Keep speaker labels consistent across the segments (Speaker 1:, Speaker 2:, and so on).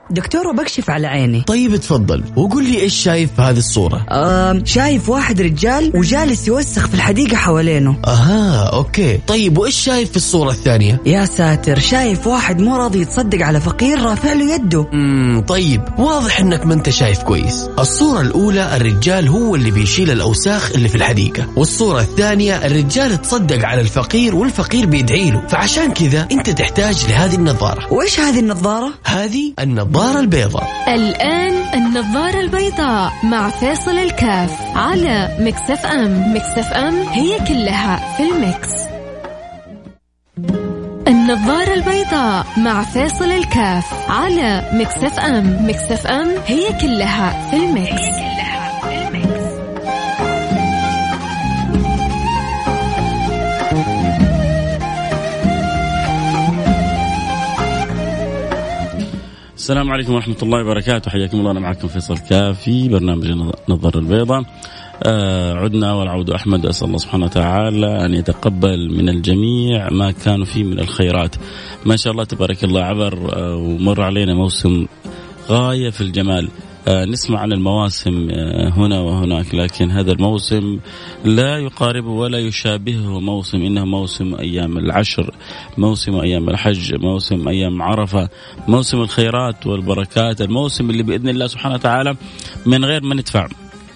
Speaker 1: دكتور وبكشف على عيني.
Speaker 2: طيب تفضل وقول لي إيش شايف في هذه الصورة؟
Speaker 1: شايف واحد رجال وجالس يوسخ في الحديقة حوالينه.
Speaker 2: أوكي. طيب وإيش شايف في الصورة الثانية؟
Speaker 1: يا ساتر، شايف واحد مو راضي يتصدق على فقير رافع له يده.
Speaker 2: طيب واضح إنك ما أنت شايف كويس. الصورة الأولى الرجال هو اللي بيشيل الأوساخ اللي في الحديقة، والصورة الثانية الرجال تصدق على الفقير والفقير بيدعي له، فعشان كذا أنت تحتاج لهذه النظارة.
Speaker 1: وإيش هذه النظارة؟
Speaker 2: هذه النظارة البيضاء.
Speaker 3: الآن النظارة البيضاء مع فيصل الكاف على ميكس اف ام. ميكس اف ام هي كلها في الميكس. النظارة البيضاء مع فيصل الكاف على ميكس اف ام. ميكس اف ام هي كلها في الميكس.
Speaker 4: السلام عليكم ورحمة الله وبركاته. حياكم الله. أنا معكم فيصل كافي برنامج نظر البيضاء. عدنا والعود أحمد. أسأل الله سبحانه وتعالى أن يتقبل من الجميع ما كانوا فيه من الخيرات. ما شاء الله تبارك الله عبر ومر علينا موسم غاية في الجمال. نسمع عن المواسم هنا وهناك، لكن هذا الموسم لا يقاربه ولا يشابهه موسم. إنه موسم أيام العشر، موسم أيام الحج، موسم أيام عرفة، موسم الخيرات والبركات، الموسم اللي بإذن الله سبحانه وتعالى من غير ما ندفع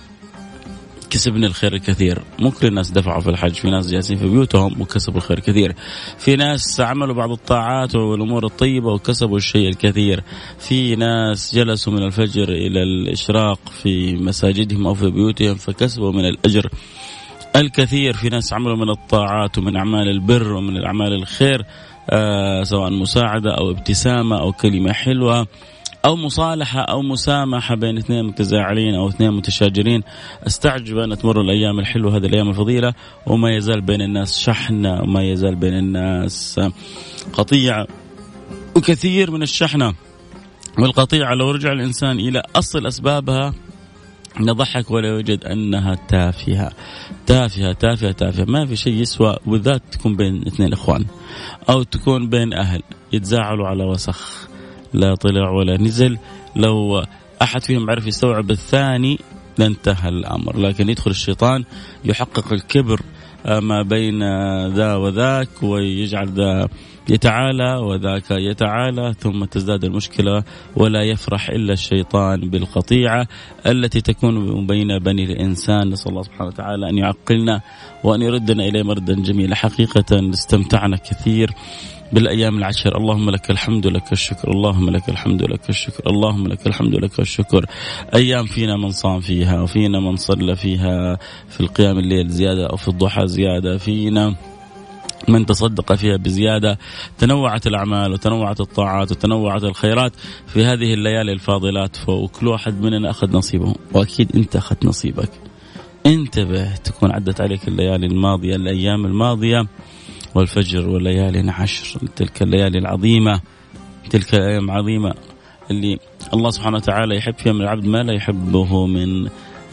Speaker 4: كسبنا الخير الكثير. مو كل الناس دفعوا في الحج، في ناس جالسين في بيوتهم وكسبوا الخير الكثير، في ناس عملوا بعض الطاعات والأمور الطيبة وكسبوا الشيء الكثير، في ناس جلسوا من الفجر إلى الإشراق في مساجدهم أو في بيوتهم فكسبوا من الأجر الكثير، في ناس عملوا من الطاعات ومن أعمال البر ومن الأعمال الخير سواء مساعدة أو ابتسامة أو كلمة حلوة أو مصالحة أو مسامحة بين اثنين متزاعلين أو اثنين متشاجرين. استعجب أن تمر الأيام الحلوة، هذه الأيام الفضيلة، وما يزال بين الناس شحنة وما يزال بين الناس قطيعة، وكثير من الشحنة والقطيعة لو رجع الإنسان إلى أصل أسبابها نضحك ولا يوجد أنها تافهة تافهة تافهة تافهة. ما في شيء يسوى، وذات تكون بين اثنين إخوان أو تكون بين أهل يتزاعلوا على وسخ لا طلع ولا نزل. لو أحد فيهم عرف يستوعب الثاني لانتهى الأمر، لكن يدخل الشيطان يحقق الكبر ما بين ذا وذاك ويجعل ذا يتعالى وذاك يتعالى، ثم تزداد المشكلة ولا يفرح إلا الشيطان بالقطيعة التي تكون بين بني الإنسان. نسأل الله سبحانه وتعالى أن يعقلنا وأن يردنا إليه مردا جميلا. حقيقة استمتعنا كثير بالأيام العشر. اللهم لك الحمد لك الشكر، اللهم لك الحمد لك الشكر، اللهم لك الحمد لك الشكر. أيام فينا من صام فيها، وفينا من صلى فيها في القيام الليل زيادة أو في الضحى زيادة، فينا من تصدق فيها بزيادة. تنوعت الأعمال وتنوعت الطاعات وتنوعت الخيرات في هذه الليالي الفاضلات، وكل واحد مننا أخذ نصيبه، وأكيد أنت أخذت نصيبك. انتبه تكون عدت عليك الليالي الماضية، الأيام الماضية والفجر والليالي عشر، تلك الليالي العظيمة، تلك الأيام العظيمة اللي الله سبحانه وتعالى يحب فيها من العبد ما لا يحبه من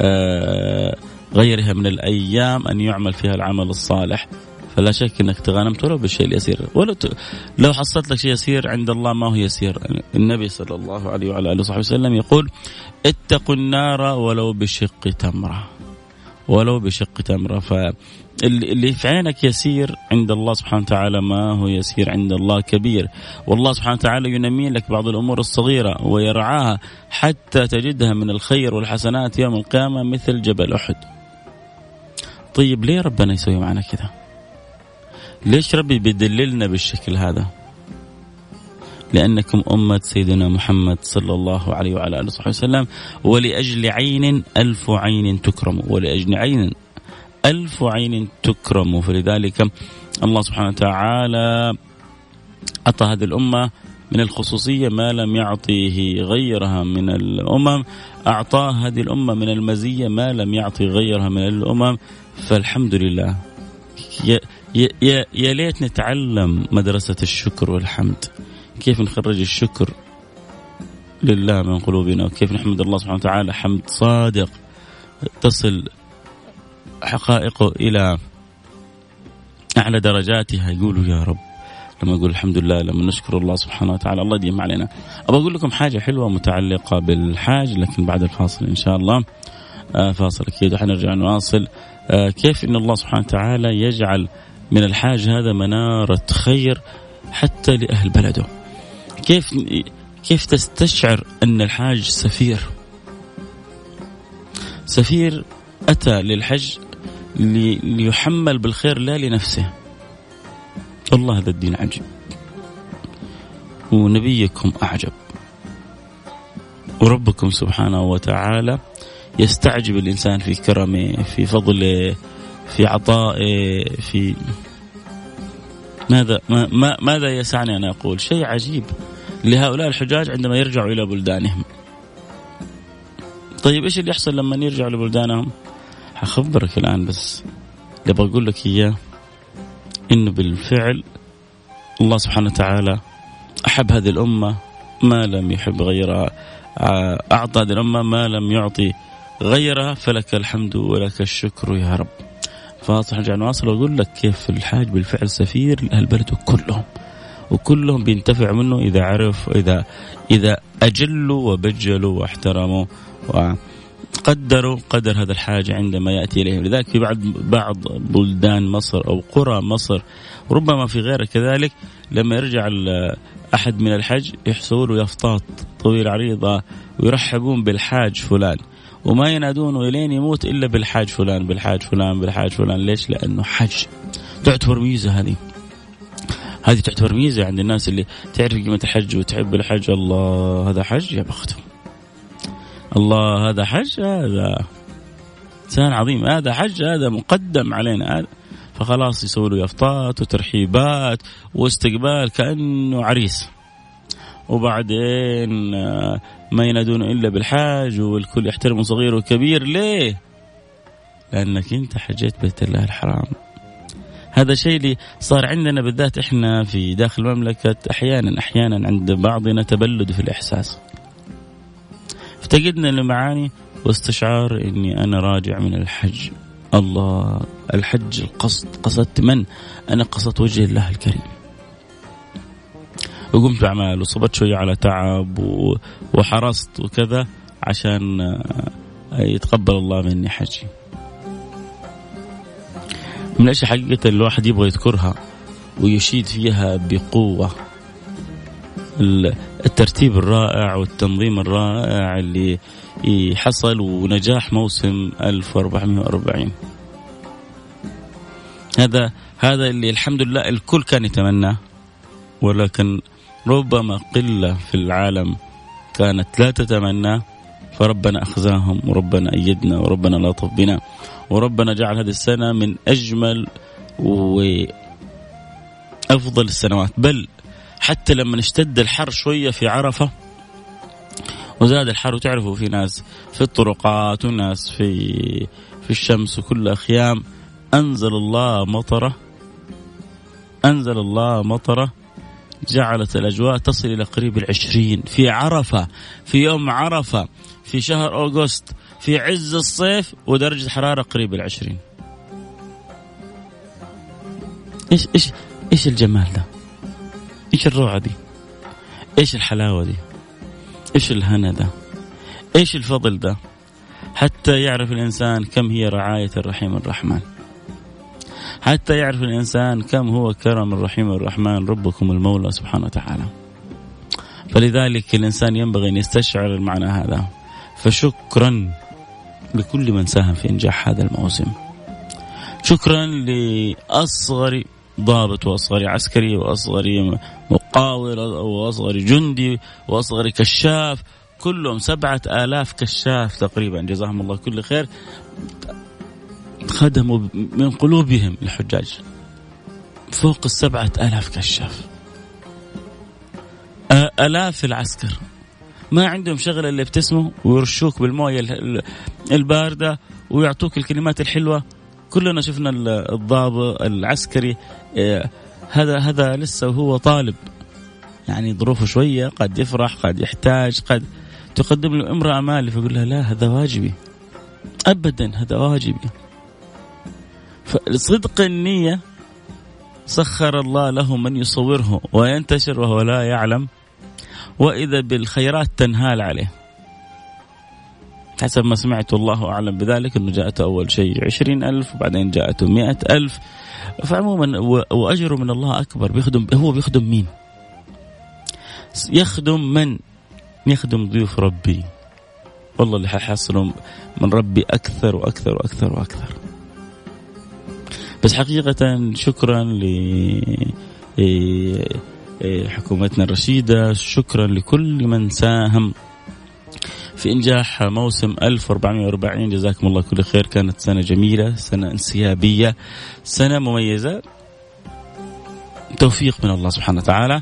Speaker 4: غيرها من الأيام، أن يعمل فيها العمل الصالح. فلا شك أنك تغنمت ولو بالشيء اليسير، لو حصلت لك شيء يسير عند الله ما هو يسير. النبي صلى الله عليه وعلى آله وصحبه وسلم يقول اتقوا النار ولو بشق تمرة، ولو بشق تمرة. فاللي في عينك يسير عند الله سبحانه وتعالى ما هو يسير عند الله كبير. والله سبحانه وتعالى ينمي لك بعض الأمور الصغيرة ويرعاها حتى تجدها من الخير والحسنات يوم القيامة مثل جبل أحد. طيب ليه ربنا يسوي معنا كذا؟ ليش ربي بيدللنا بالشكل هذا؟ لأنكم أمة سيدنا محمد صلى الله عليه وعلى آله وصحبه وسلم، ولأجل عين ألف عين تكرم، ولأجل عين ألف عين تكرم. فلذلك الله سبحانه وتعالى أعطى هذه الأمة من الخصوصية ما لم يعطيه غيرها من الأمم، أعطاه هذه الأمة من المزية ما لم يعطي غيرها من الأمم. فالحمد لله. يا ليت نتعلم مدرسة الشكر والحمد، كيف نخرج الشكر لله من قلوبنا، وكيف نحمد الله سبحانه وتعالى حمد صادق تصل حقائقه إلى أعلى درجاتها. يقولوا يا رب لما نقول الحمد لله، لما نشكر الله سبحانه وتعالى، الله يديم علينا. أبغى أقول لكم حاجة حلوة متعلقة بالحاج، لكن بعد الفاصل إن شاء الله. فاصل أكيد وحنرجع نواصل كيف إن الله سبحانه وتعالى يجعل من الحاج هذا منارة خير حتى لأهل بلده. كيف تستشعر أن الحاج سفير أتى للحج ليحمل بالخير لا لنفسه. والله هذا الدين عجيب، ونبيكم أعجب، وربكم سبحانه وتعالى يستعجب الإنسان في كرمه، في فضله، في عطائه، في ماذا يسعني أن أقول شيء عجيب لهؤلاء الحجاج عندما يرجعوا إلى بلدانهم. طيب إيش اللي يحصل لما يرجعوا لبلدانهم؟ هخبرك الآن، بس اللي بقول لك إياه إنه بالفعل الله سبحانه وتعالى أحب هذه الأمة ما لم يحب غيرها، أعطى هذه الأمة ما لم يعطي غيرها، فلك الحمد ولك الشكر يا رب. فنرجع نواصل وأقول لك كيف الحاج بالفعل سفير لأهل بلده كلهم، وكلهم بينتفع منه إذا عرف، إذا أجلوا وبجلوا واحترموا وقدروا قدر هذا الحاج عندما يأتي إليهم. لذلك في بعض بلدان مصر أو قرى مصر، وربما في غيرها كذلك، لما يرجع أحد من الحج يحصلوا له يافطات طويلة عريضة ويرحبون بالحاج فلان، وما ينادونه إلين يموت إلا بالحاج فلان بالحاج فلان بالحاج فلان. ليش؟ لأنه حج. تعتبر ميزة هذه تعتبر ميزة عند الناس اللي تعرف قيمة الحج وتحب الحج. الله هذا حج يا بخته، الله هذا حج، هذا إنسان عظيم، هذا حج، هذا مقدم علينا هذا. فخلاص يسووا له يافطات وترحيبات واستقبال كأنه عريس، وبعدين ما ينادون إلا بالحاج، والكل يحترم صغير وكبير. ليه؟ لأنك أنت حجيت بيت الله الحرام. هذا شيء اللي صار عندنا بالذات إحنا في داخل المملكة أحيانا عند بعضنا تبلد في الإحساس. افتقدنا المعاني واستشعار إني أنا راجع من الحج. الله، الحج القصد، قصدت من؟ أنا قصدت وجه الله الكريم، وقمت بأعمال وصبت شوية على تعب وحرصت وكذا عشان يتقبل الله مني حجي. من الأشياء حقيقة الواحد يبغى يذكرها ويشيد فيها بقوة الترتيب الرائع والتنظيم الرائع اللي حصل ونجاح موسم 1440. هذا اللي الحمد لله الكل كان يتمناه، ولكن ربما قلة في العالم كانت لا تتمنى، فربنا أخزاهم وربنا أيدنا وربنا لطف بنا، وربنا جعل هذه السنة من أجمل وأفضل السنوات. بل حتى لما اشتد الحر شوية في عرفة وزاد الحر، وتعرفوا في ناس في الطرقات وناس في الشمس وكل خيام، أنزل الله مطرة جعلت الأجواء تصل إلى قريب 20 في عرفة، في يوم عرفة في شهر أغسطس في عز الصيف، ودرجة حرارة قريب 20. إيش الجمال ده؟ إيش الروعة دي؟ إيش الحلاوة دي؟ إيش الهنا ده؟ إيش الفضل ده؟ حتى يعرف الإنسان كم هي رعاية الرحيم الرحمن، حتى يعرف الإنسان كم هو كرم الرحيم الرحمن ربكم المولى سبحانه وتعالى. فلذلك الإنسان ينبغي أن يستشعر المعنى هذا. فشكرا لكل من ساهم في إنجاح هذا الموسم، شكرا لأصغر ضابط وأصغر عسكري وأصغر مقاول وأصغر جندي وأصغر كشاف، كلهم 7000 كشاف تقريبا، جزاهم الله كل خير، خدموا من قلوبهم الحجاج. فوق 7000 كشاف، آلاف العسكر ما عندهم شغلة اللي بتسمه ويرشوك بالموية الباردة ويعطوك الكلمات الحلوة. كلنا شفنا الضابط العسكري هذا لسه وهو طالب، يعني ظروفه شوية، قد يفرح قد يحتاج، قد تقدم له امرأة مالي فيقول لها لا هذا واجبي، أبدا هذا واجبي. فصدق النية سخر الله له من يصوره وينتشر وهو لا يعلم، وإذا بالخيرات تنهال عليه. حسب ما سمعت والله أعلم بذلك أنه جاءته أول شيء 20,000 وبعدين جاءته 100,000. فعموما وأجره من الله أكبر. هو بيخدم مين؟ يخدم من؟ يخدم ضيوف ربي. والله اللي حيحصلوا من ربي أكثر وأكثر وأكثر وأكثر. بس حقيقة شكرا لحكومتنا الرشيدة، شكرا لكل من ساهم في إنجاح موسم 1440. جزاكم الله كل خير. كانت سنة جميلة، سنة انسيابية، سنة مميزة، توفيق من الله سبحانه وتعالى.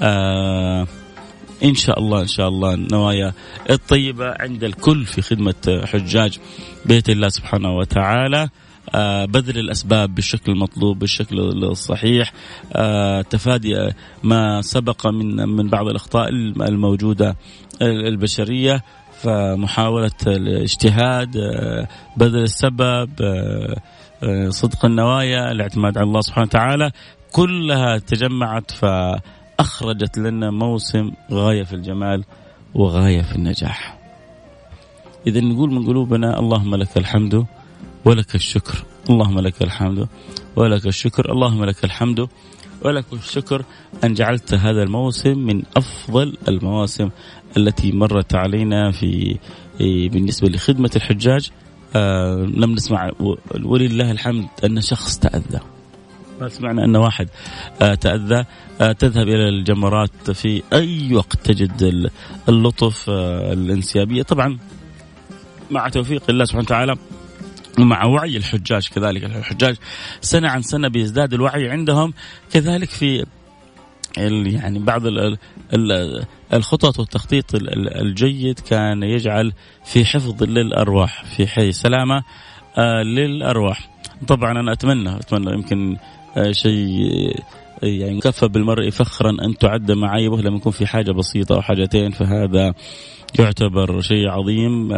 Speaker 4: إن شاء الله النوايا الطيبة عند الكل في خدمة حجاج بيت الله سبحانه وتعالى، بذل الأسباب بالشكل المطلوب بالشكل الصحيح، تفادي ما سبق من بعض الأخطاء الموجودة البشرية، فمحاولة الاجتهاد، بذل السبب، صدق النوايا، الاعتماد على الله سبحانه وتعالى، كلها تجمعت فأخرجت لنا موسم غاية في الجمال وغاية في النجاح. إذا نقول من قلوبنا اللهم لك الحمد ولك الشكر، اللهم لك الحمد ولك الشكر، اللهم لك الحمد ولك الشكر أن جعلت هذا الموسم من أفضل المواسم التي مرت علينا بالنسبة لخدمة الحجاج. لم نسمع ولله الحمد أن شخص تأذى، ما سمعنا أن واحد تأذى. تذهب إلى الجمرات في أي وقت تجد اللطف، الانسيابية، طبعا مع توفيق الله سبحانه وتعالى ومع وعي الحجاج. كذلك الحجاج سنة عن سنة بيزداد الوعي عندهم، كذلك في يعني بعض الخطط والتخطيط الجيد كان يجعل في حفظ للأرواح، في حي سلامة للأرواح. طبعا أنا أتمنى يمكن شيء يعني كفى بالمرء فخرا أن تعد معايبه لما يكون في حاجة بسيطة أو حاجتين، فهذا يعتبر شيء عظيم.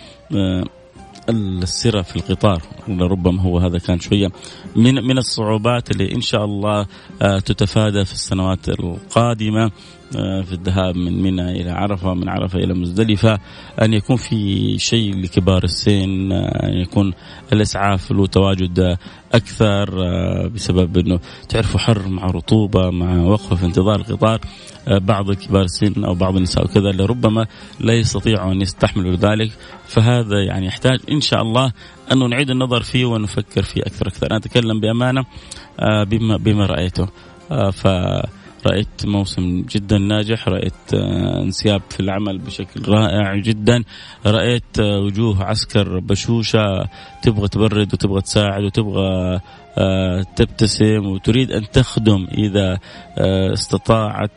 Speaker 4: السيرة في القطار ربما هو هذا كان شوية من الصعوبات اللي إن شاء الله تتفادى في السنوات القادمة، في الذهاب من منى إلى عرفة، من عرفة إلى مزدلفة، أن يكون في شيء لكبار السن، أن يكون الإسعاف له تواجد أكثر، بسبب أنه تعرفوا حر مع رطوبة مع وقفة في انتظار القطار. بعض كبار السن أو بعض النساء وكذا اللي ربما لا يستطيعوا أن يستحملوا ذلك، فهذا يعني يحتاج إن شاء الله أنه نعيد النظر فيه ونفكر فيه أكثر. أنا أتكلم بأمانة بما رأيته، فرأيت موسم جدا ناجح، رأيت انسياب في العمل بشكل رائع جدا، رأيت وجوه عسكر بشوشة تبغى تبرد وتبغى تساعد وتبغى تبتسم وتريد أن تخدم إذا استطاعت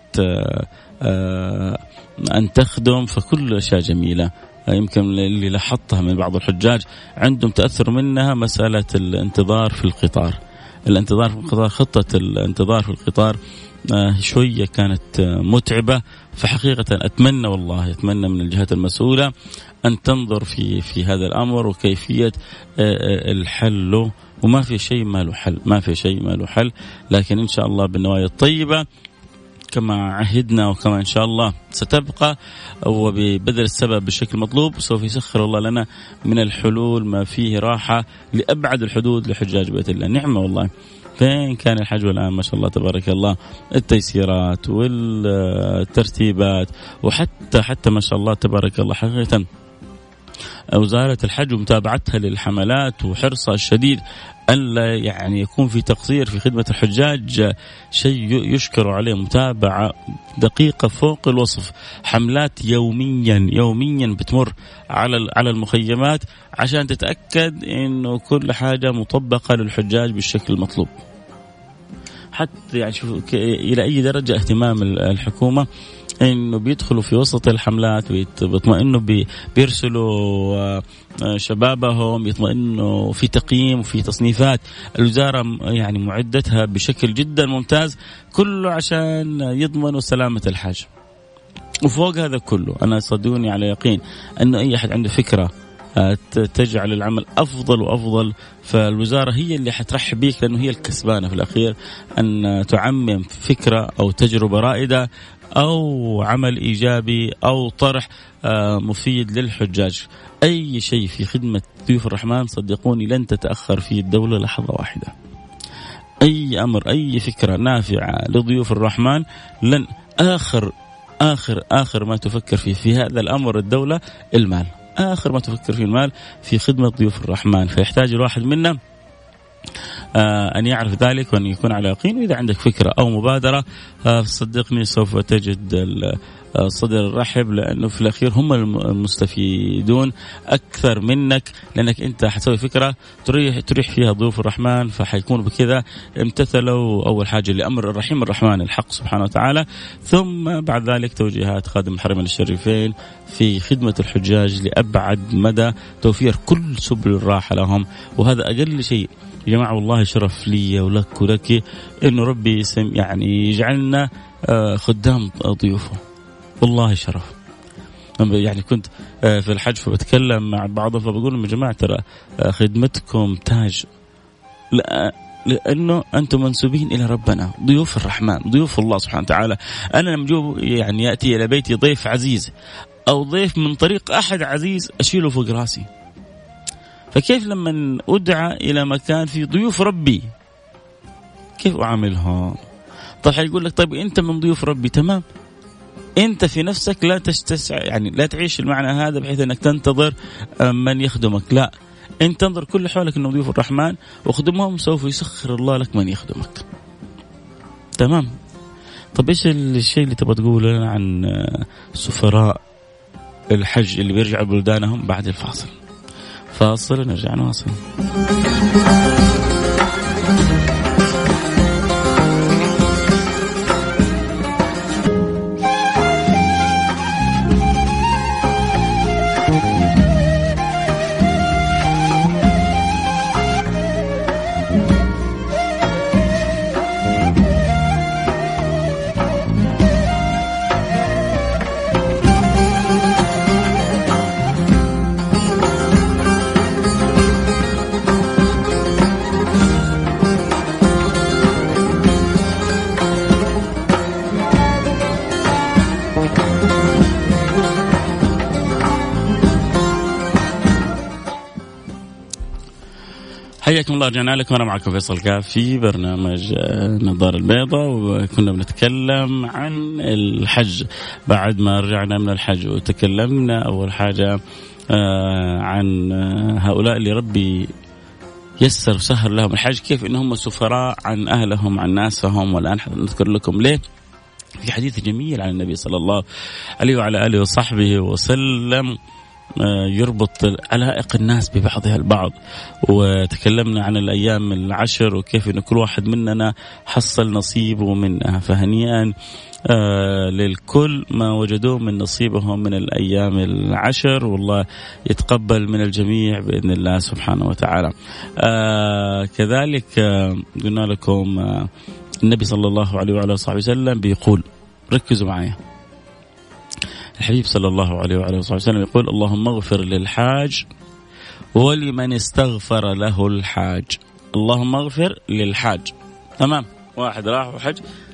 Speaker 4: أن تخدم، فكل أشياء جميلة. يمكن اللي لاحظتها من بعض الحجاج عندهم تأثر منها مسألة الانتظار في القطار. خطة الانتظار في القطار شوية كانت متعبة، فحقيقة أتمنى من الجهات المسؤولة أن تنظر في هذا الأمر وكيفية الحل. وما في شيء ما له حل، لكن إن شاء الله بالنوايا الطيبة كما عهدنا وكما إن شاء الله ستبقى، وببذل السبب بالشكل المطلوب سوف يسخر الله لنا من الحلول ما فيه راحة لأبعد الحدود لحجاج بيت الله. نعمة والله. فين كان الحج والآن ما شاء الله تبارك الله التيسيرات والترتيبات، وحتى ما شاء الله تبارك الله حقيقة وزارة الحج ومتابعتها للحملات وحرصها الشديد ألا يعني يكون في تقصير في خدمة الحجاج، شيء يشكر عليه. متابعة دقيقة فوق الوصف، حملات يوميا بتمر على المخيمات عشان تتأكد إنه كل حاجة مطبقة للحجاج بالشكل المطلوب. حتى يعني شوف إلى أي درجة اهتمام الحكومة إنه بيدخلوا في وسط الحملات بيطمئنوا، بيرسلوا شبابهم، يطمئنوا في تقييم وفي تصنيفات. الوزارة يعني معدتها بشكل جدا ممتاز، كله عشان يضمنوا سلامة الحاج. وفوق هذا كله أنا صدقوني على يقين أنه أي أحد عنده فكرة تجعل العمل أفضل وأفضل، فالوزارة هي اللي حترحب بيك لأنه هي الكسبانة في الأخير أن تعمم فكرة أو تجربة رائدة أو عمل إيجابي أو طرح مفيد للحجاج. أي شيء في خدمة ضيوف الرحمن صدقوني لن تتأخر فيه الدولة لحظة واحدة. أي أمر أي فكرة نافعة لضيوف الرحمن لن آخر ما تفكر فيه في هذا الأمر الدولة المال، آخر ما تفكر فيه المال في خدمة ضيوف الرحمن. فيحتاج الواحد منا أن يعرف ذلك وأن يكون على يقين. وإذا عندك فكرة أو مبادرة صدقني سوف تجد الصدر الرحب، لأنه في الأخير هم المستفيدون أكثر منك، لأنك أنت حتسوي فكرة تريح فيها ضيوف الرحمن، فحيكون بكذا امتثلوا أول حاجة لأمر الرحيم الرحمن الحق سبحانه وتعالى، ثم بعد ذلك توجيهات خادم الحرمين الشريفين في خدمة الحجاج لأبعد مدى، توفير كل سبل الراحة لهم. وهذا أقل شيء يا جماعة، والله شرف لي ولك ولك إنه ربي يعني يجعلنا خدام ضيوفه، والله شرف. يعني كنت في الحج فبتكلم مع بعضهم فبقول لهم يا جماعة ترى خدمتكم تاج، لأنه أنتم منسوبين إلى ربنا، ضيوف الرحمن، ضيوف الله سبحانه وتعالى. أنا لما يعني يأتي إلى بيتي ضيف عزيز أو ضيف من طريق أحد عزيز أشيله فوق راسي، فكيف لما أدعى إلى مكان في ضيوف ربي كيف أعاملهم؟ طيب حيقول لك طيب أنت من ضيوف ربي، تمام، أنت في نفسك لا يعني لا تعيش المعنى هذا بحيث أنك تنتظر من يخدمك، لا، أنت تنظر كل حولك أنه ضيوف الرحمن وخدمهم، سوف يسخر الله لك من يخدمك. تمام. طب إيش الشيء اللي تبغى تقوله لنا عن سفراء الحج اللي بيرجعوا بلدانهم؟ بعد الفاصل. فاصل نرجع نواصل. حياكم الله، رجعنا لكم. أنا معكم فيصل كاف في برنامج نظارة البيضاء، وكنا بنتكلم عن الحج بعد ما رجعنا من الحج، وتكلمنا أول حاجة عن هؤلاء اللي ربي يسر وسهر لهم الحج، كيف إنهم سفراء عن أهلهم عن ناسهم. والآن نذكر لكم ليه في حديث جميل عن النبي صلى الله عليه وعلى آله وصحبه وسلم يربط علائق الناس ببعضها البعض، وتكلمنا عن الأيام العشر وكيف إن كل واحد مننا حصل نصيبه منها، فهنيئا للكل ما وجدوه من نصيبهم من الأيام العشر، والله يتقبل من الجميع بإذن الله سبحانه وتعالى. كذلك قلنا لكم النبي صلى الله عليه وعلى صحبه وسلم بيقول، ركزوا معايا، الحبيب صلى الله عليه وعلى صحبه وسلم يقول اللهم اغفر للحاج ولمن استغفر له الحاج. اللهم اغفر للحاج. تمام، واحد راح وحج،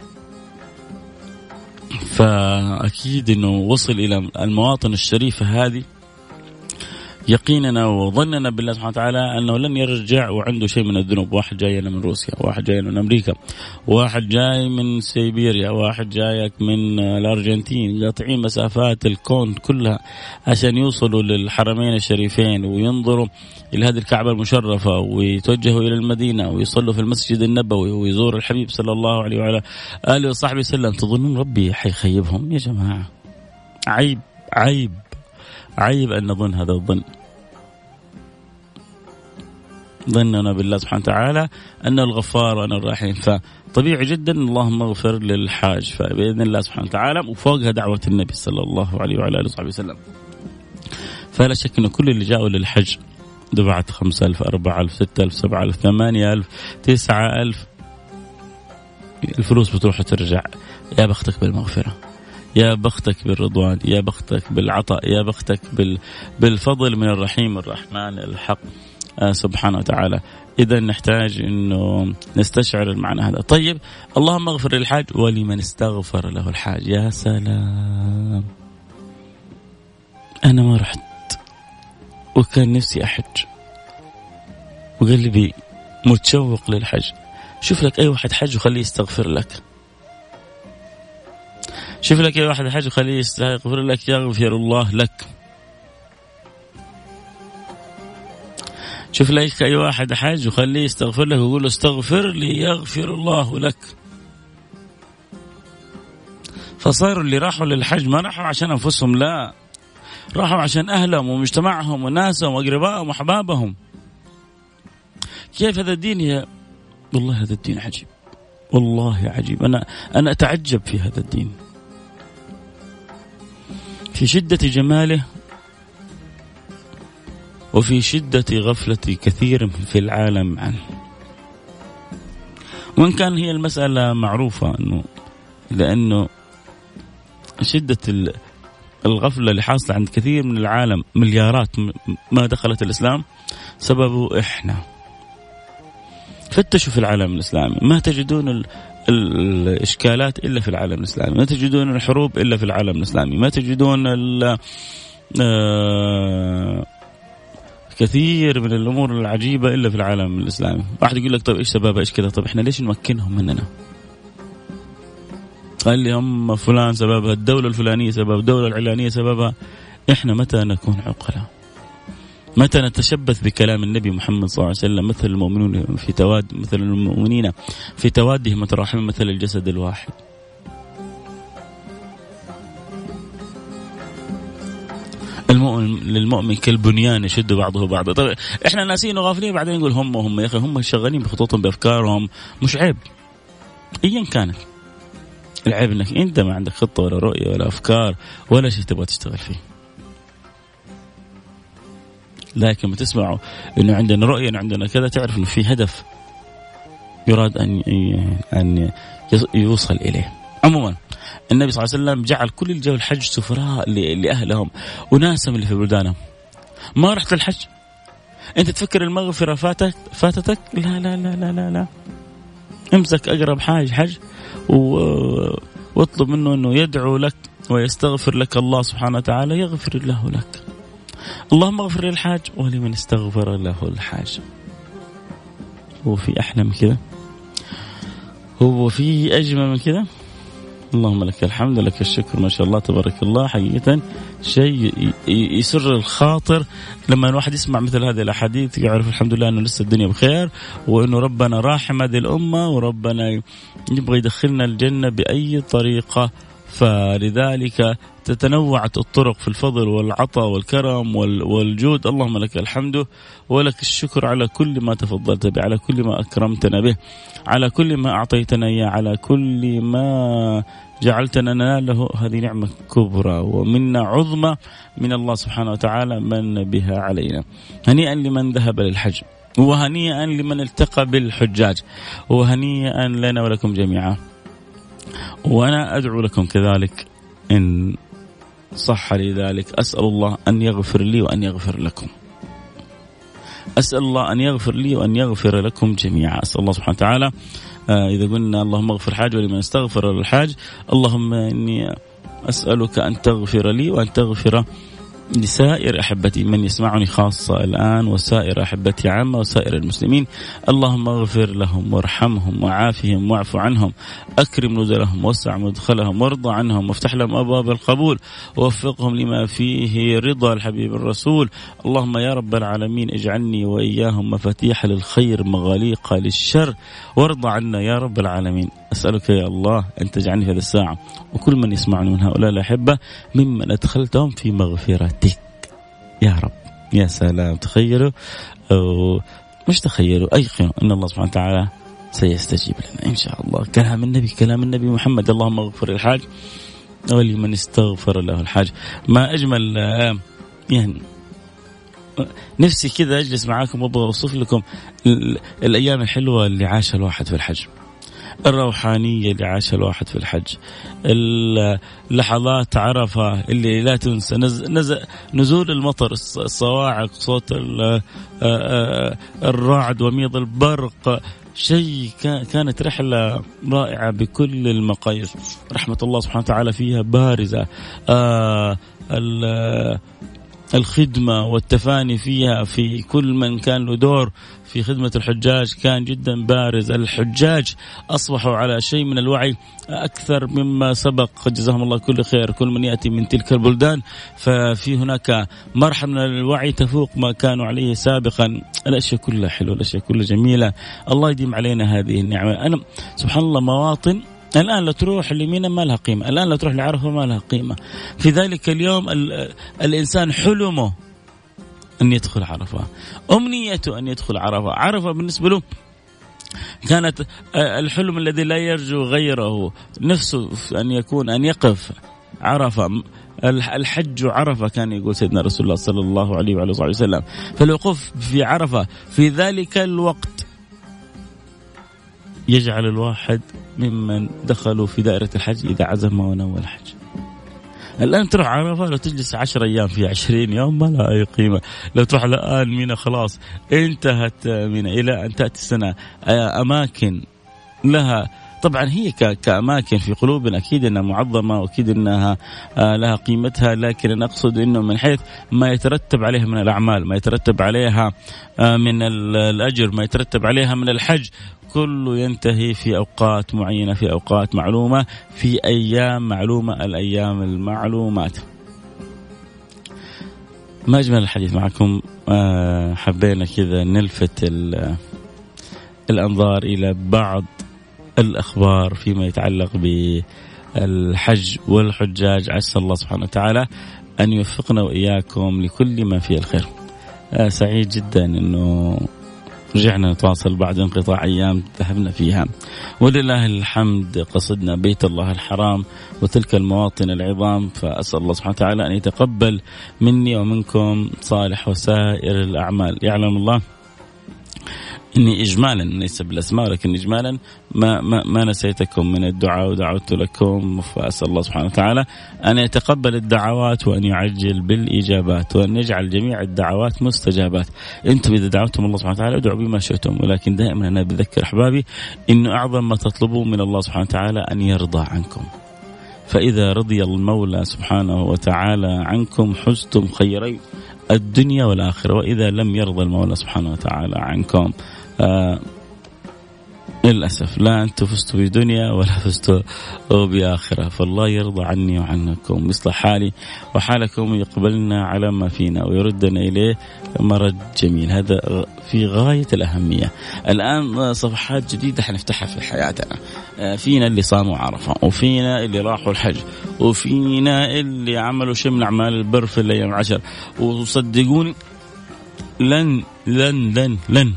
Speaker 4: فأكيد أنه وصل إلى المواطن الشريفة هذه، يقيننا وظننا بالله سبحانه وتعالى أنه لن يرجع وعنده شيء من الذنوب. واحد جاي من روسيا، واحد جاي من أمريكا، واحد جاي من سيبيريا، واحد جايك من الأرجنتين، قاطعين مسافات الكون كلها عشان يوصلوا للحرمين الشريفين وينظروا إلى هذه الكعبة المشرفة ويتوجهوا إلى المدينة ويصلوا في المسجد النبوي ويزور الحبيب صلى الله عليه وعلى آله وصحبه وسلم. تظنون ربي حيخيبهم؟ يا جماعة عيب عيب عيب أن نظن هذا الظن. ظننا بالله سبحانه وتعالى أنه الغفار وأنه الرحيم، فطبيعي جدا اللهم اغفر للحاج، فبإذن الله سبحانه وتعالى، وفوقها دعوة النبي صلى الله عليه وعلى آله وصحبه وسلم. فلا شك أن كل اللي جاءوا للحج دفعت 5,000 4,000 6,000 7,000 8,000 9,000 الفلوس بتروح وترجع، يا بختك بالمغفرة، يا بختك بالرضوان، يا بختك بالعطاء، يا بختك بالفضل من الرحيم الرحمن الحق سبحانه وتعالى. إذا نحتاج أنه نستشعر المعنى هذا. طيب اللهم اغفر للحاج ولمن استغفر له الحاج. يا سلام، أنا ما رحت وكان نفسي أحج وقلبي متشوق للحج. شوف لك أي واحد حج وخليه يستغفر لك. شوف لك أي واحد حج وخليه يستغفر لك، يغفر الله لك. شوف لك أي واحد حج وخليه يستغفر لك ويقول له استغفر لي يغفر الله لك. فصاروا اللي راحوا للحج ما راحوا عشان أنفسهم، لا، راحوا عشان أهلهم ومجتمعهم وناسهم وأقربائهم وأحبابهم. كيف هذا الدين يا والله؟ هذا الدين عجيب، والله عجيب. أنا أتعجب في هذا الدين، في شدة جماله وفي شدة غفلة كثير في العالم عنه. وإن كان هي المسألة معروفة لأنه شدة الغفلة اللي حاصلة عند كثير من العالم، مليارات ما دخلت الإسلام، سببه إحنا. فتشوا في العالم الإسلامي ما تجدون الإشكالات إلا في العالم الإسلامي، ما تجدون الحروب إلا في العالم الإسلامي، ما تجدون كثير من الأمور العجيبة إلا في العالم الإسلامي. واحد يقول لك طيب إيش سببها، إيش كذا؟ طيب إحنا ليش نمكنهم مننا؟ قال لي هم فلان سببها، الدولة الفلانية سبب، الدولة العلانية سببها. إحنا متى نكون عقلاء؟ متى نتشبث بكلام النبي محمد صلى الله عليه وسلم؟ مثل المؤمنون مثل المؤمنين في توادهم وتراحمهم مثل الجسد الواحد. المؤمن للمؤمن كالبنيان يشد بعضه بعضا. طيب احنا ناسين وغافلين، بعدين نقول هم يا اخي هم شغالين بخطوطهم بافكارهم. مش عيب ايا كانت، العيب انك انت ما عندك خطه ولا رؤيه ولا افكار ولا شيء تبغى تشتغل فيه. لكن ما تسمعوا انه عندنا رؤيه، انه عندنا كذا، تعرف انه في هدف يراد ان يوصل اليه. عموما النبي صلى الله عليه وسلم جعل كل اللي جاءوا الحج سفراء لأهلهم وناسهم اللي في بلدانهم. ما رحت الحج أنت تفكر المغفرة فاتتك؟ لا لا لا لا لا, لا. امسك أقرب حج واطلب منه أنه يدعو لك ويستغفر لك الله سبحانه وتعالى، يغفر الله لك. اللهم اغفر للحاج ولمن استغفر له الحاج. هو في أحلى من كذا؟ هو في أجمل من كذا؟ اللهم لك الحمد لك الشكر، ما شاء الله تبارك الله. حقيقة شيء يسر الخاطر لما الواحد يسمع مثل هذه الأحاديث، يعرف الحمد لله أنه لسه الدنيا بخير، وأنه ربنا راحم هذه الأمة، وربنا يبغى يدخلنا الجنة بأي طريقة. فلذلك تتنوعت الطرق في الفضل والعطاء والكرم والجود. اللهم لك الحمد ولك الشكر على كل ما تفضلت به، على كل ما أكرمتنا به، على كل ما أعطيتنا إياه، على كل ما جعلتنا نناله. هذه نعمة كبرى ومنة عظمى من الله سبحانه وتعالى من بها علينا. هنيئا لمن ذهب للحج، وهنيئا لمن التقى بالحجاج، وهنيئا لنا ولكم جميعا. وأنا أدعو لكم كذلك إن صح لي ذلك. أسأل الله أن يغفر لي وأن يغفر لكم. أسأل الله أن يغفر لي وأن يغفر لكم جميعا. أسأل الله سبحانه وتعالى إذا قلنا اللهم اغفر حاج ولمن استغفر للحاج، اللهم إني أسألك أن تغفر لي وأن تغفر لسائر أحبتي من يسمعني خاصة الآن، وسائر أحبتي عامة، وسائر المسلمين. اللهم اغفر لهم وارحمهم وعافهم واعف عنهم، أكرم نزلهم وسع مدخلهم وارضى عنهم وافتح لهم أبواب القبول ووفقهم لما فيه رضا الحبيب الرسول. اللهم يا رب العالمين اجعلني وإياهم مفاتيح للخير مغاليق للشر، وارضى عنا يا رب العالمين. أسألك يا الله أن تجعلني في هذه الساعة وكل من يسمعني من هؤلاء الأحبة ممن أدخلتهم في مغفرتك يا رب. يا سلام، تخيلوا مش تخيلوا، أيقنوا أن الله سبحانه وتعالى سيستجيب لنا إن شاء الله. كلام النبي محمد. اللهم اغفر الحاج ولمن استغفر له الحاج. ما أجمل يعني نفسي كذا أجلس معاكم وأبغى أوصف لكم الأيام الحلوة اللي عاشها الواحد في الحج. الروحانية اللي عاشها الواحد في الحج، لحظات عرفة اللي لا تنسى، نزول المطر، الصواعق، صوت الرعد وميض البرق، شيء كانت رحلة رائعة بكل المقاييس. رحمة الله سبحانه وتعالى فيها بارزة. الخدمة والتفاني فيها في كل من كان له دور في خدمة الحجاج كان جدا بارز. الحجاج أصبحوا على شيء من الوعي أكثر مما سبق، جزاهم الله كل خير، كل من يأتي من تلك البلدان، ففي هناك مرحلة من الوعي تفوق ما كانوا عليه سابقا. الأشياء كلها حلوة، الأشياء كلها جميلة، الله يديم علينا هذه النعمة. أنا سبحان الله مواطن الآن لا تروح لمينا ما لها قيمة، الآن لا تروح لعرفة ما لها قيمة. في ذلك اليوم الإنسان حلمه أن يدخل عرفة، أمنيته أن يدخل عرفة. عرفة بالنسبة له كانت الحلم الذي لا يرجو غيره، نفسه أن يقف عرفة. الحج عرفة كان يقول سيدنا رسول الله صلى الله عليه وعلى آله وسلم. فالوقوف في عرفة في ذلك الوقت يجعل الواحد ممن دخلوا في دائرة الحج إذا عزم ونوى الحج. الآن تروح عرفة لو تجلس 10 أيام في 20 يوم ما لها أي قيمة. لو تروح الآن مينا خلاص انتهت مينا، إلى أن تأتي السنة أماكن لها طبعا هي كأماكن في قلوبنا أكيد أنها معظمة وأكيد أنها لها قيمتها، لكن أنا أقصد أنه من حيث ما يترتب عليها من الأعمال، ما يترتب عليها من الأجر، ما يترتب عليها من الحج، كله ينتهي في أوقات معينة، في أوقات معلومة، في أيام معلومة، الأيام المعلومات. ما أجمل الحديث معكم. حبينا كذا نلفت الأنظار إلى بعض الأخبار فيما يتعلق بالحج والحجاج. عسى الله سبحانه وتعالى أن يوفقنا وإياكم لكل ما فيه الخير. سعيد جدا أنه رجعنا نتواصل بعد انقطاع أيام ذهبنا فيها، ولله الحمد قصدنا بيت الله الحرام وتلك المواطن العظام. فأسأل الله سبحانه وتعالى أن يتقبل مني ومنكم صالح وسائر الأعمال. يعلم الله إني إجمالا ليس بالأسماء لكن إجمالا ما نسيتكم من الدعاء ودعوت لكم. فأسأل الله سبحانه وتعالى أن يتقبل الدعوات وأن يعجل بالإجابات وأن يجعل جميع الدعوات مستجابات. أنتم إذا دعوتم الله سبحانه وتعالى ادعوا بما شئتم، ولكن دائما أنا بذكر أحبابي إنه أعظم ما تطلبون من الله سبحانه وتعالى أن يرضى عنكم. فإذا رضي المولى سبحانه وتعالى عنكم حزتم خيري الدنيا والآخرة، وإذا لم يرضى المولى سبحانه وتعالى عنكم للأسف لا أنتم فزتوا بدنيا ولا فزتوا بآخرة. فالله يرضى عني وعنكم، يصلح حالي وحالكم، يقبلنا على ما فينا ويردنا إليه مرد جميل. هذا في غاية الأهمية. الآن صفحات جديدة حنفتحها في حياتنا. فينا اللي صاموا عرفة، وفينا اللي راحوا الحج، وفينا اللي عملوا شيء من أعمال البر في الأيام 10. وصدقوني لن لن لن لن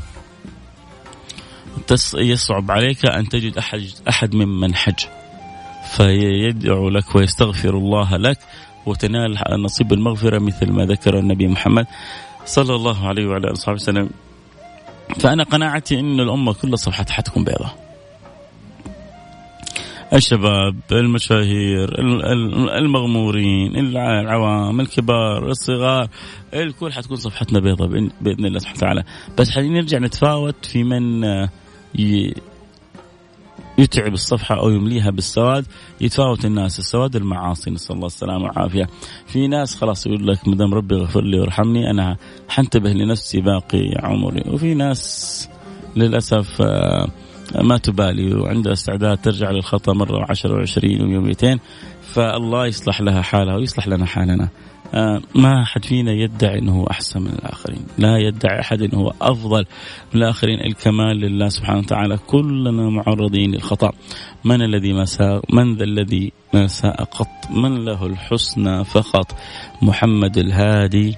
Speaker 4: يصعب عليك أن تجد أحد ممن حج فيدعو لك ويستغفر الله لك وتنال نصيب المغفرة مثل ما ذكر النبي محمد صلى الله عليه وعلى آله وسلم. فأنا قناعتي أن الأمة كل صفحتها حتكون بيضاء. الشباب، المشاهير، المغمورين، العوام، الكبار، الصغار، الكل حتكون صفحتنا بيضاء بإذن الله سبحانه وتعالى. بس حنرجع نتفاوت في من يتعب الصفحة أو يمليها بالسواد. يتفاوت الناس، السواد المعاصي، نسأل الله السلامة والعافية. في ناس خلاص يقول لك مدام ربي غفر لي وارحمني أنا حنتبه لنفسي باقي عمري. وفي ناس للأسف ما تبالي وعندها استعداد ترجع للخطأ مرة 10 و20 ويوم 200. فالله يصلح لها حالها ويصلح لنا حالنا. ما أحد فينا يدعي أنه أحسن من الآخرين، لا يدعي أحد أنه هو أفضل من الآخرين. الكمال لله سبحانه وتعالى، كلنا معرضين للخطأ. من ذا الذي ما ساء قط، من له الحسنى فقط. محمد الهادي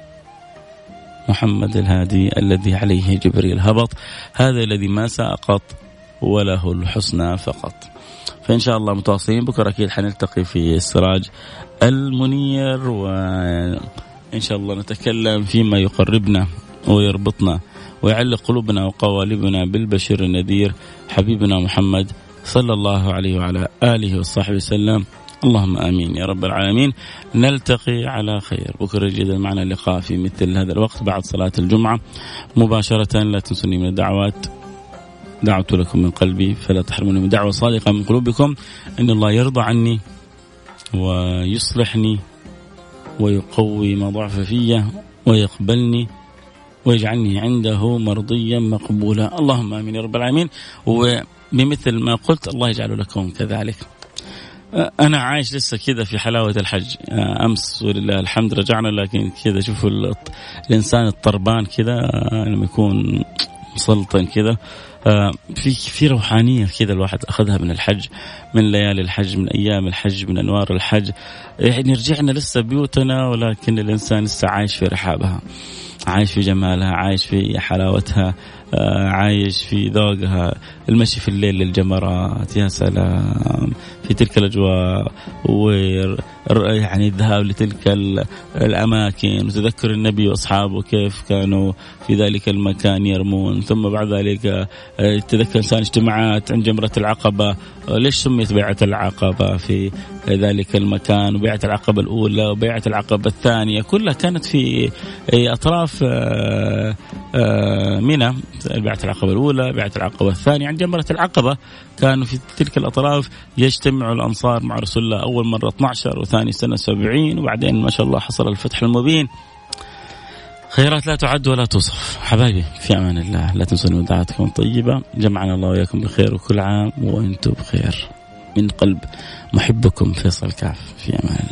Speaker 4: الذي عليه جبريل هبط، هذا الذي ما ساء قط وله الحسنى فقط. فإن شاء الله متواصلين. بكرة أكيد حنلتقي في السراج المنير، وإن شاء الله نتكلم فيما يقربنا ويربطنا ويعلق قلوبنا وقوالبنا بالبشير النذير حبيبنا محمد صلى الله عليه وعلى آله وصحبه وسلم. اللهم آمين يا رب العالمين. نلتقي على خير بكرة جدا، معنا لقاء في مثل هذا الوقت بعد صلاة الجمعة مباشرة. لا تنسوني من الدعوات، دعوت لكم من قلبي فلا تحرموني من دعوة صادقة من قلوبكم. إن الله يرضى عني ويصلحني ويقوي ما ضعف فيه ويقبلني ويجعلني عنده مرضيا مقبولا. اللهم آمين يا رب العالمين. وبمثل ما قلت الله يجعل لكم كذلك. أنا عايش لسه كذا في حلاوة الحج. أمس ولله الحمد رجعنا، لكن كذا شوفوا الإنسان الطربان كذا لما يكون مسلطن كذا، في روحانية كذا الواحد أخذها من الحج، من ليالي الحج، من أيام الحج، من أنوار الحج. يعني رجعنا لسه بيوتنا، ولكن الإنسان لسه عايش في رحابها، عايش في جمالها، عايش في حلاوتها، عايش في ذوقها. المشي في الليل للجمرات، يا سلام في تلك الأجواء، ويعني الذهاب لتلك الأماكن، وتذكر النبي وأصحابه كيف كانوا في ذلك المكان يرمون. ثم بعد ذلك تذكر إنسان اجتماعات عند جمرة العقبة. ليش سميت بيعة العقبة في ذلك المكان؟ وبيعة العقبة الأولى وبيعة العقبة الثانية كلها كانت في أطراف منى. بيعة العقبة الأولى، بيعة العقبة الثانية عند جمرة العقبة، كانوا في تلك الأطراف يجتمع الأنصار مع رسول الله أول مرة 12 وثاني سنة 70، وبعدين ما شاء الله حصل الفتح المبين. خيرات لا تعد ولا توصف. حبايبي في أمان الله، لا تنسوا من دعاتكم طيبة. جمعنا الله وإياكم بخير، وكل عام وأنتم بخير. من قلب محبكم فيصل كاف. في أمان الله.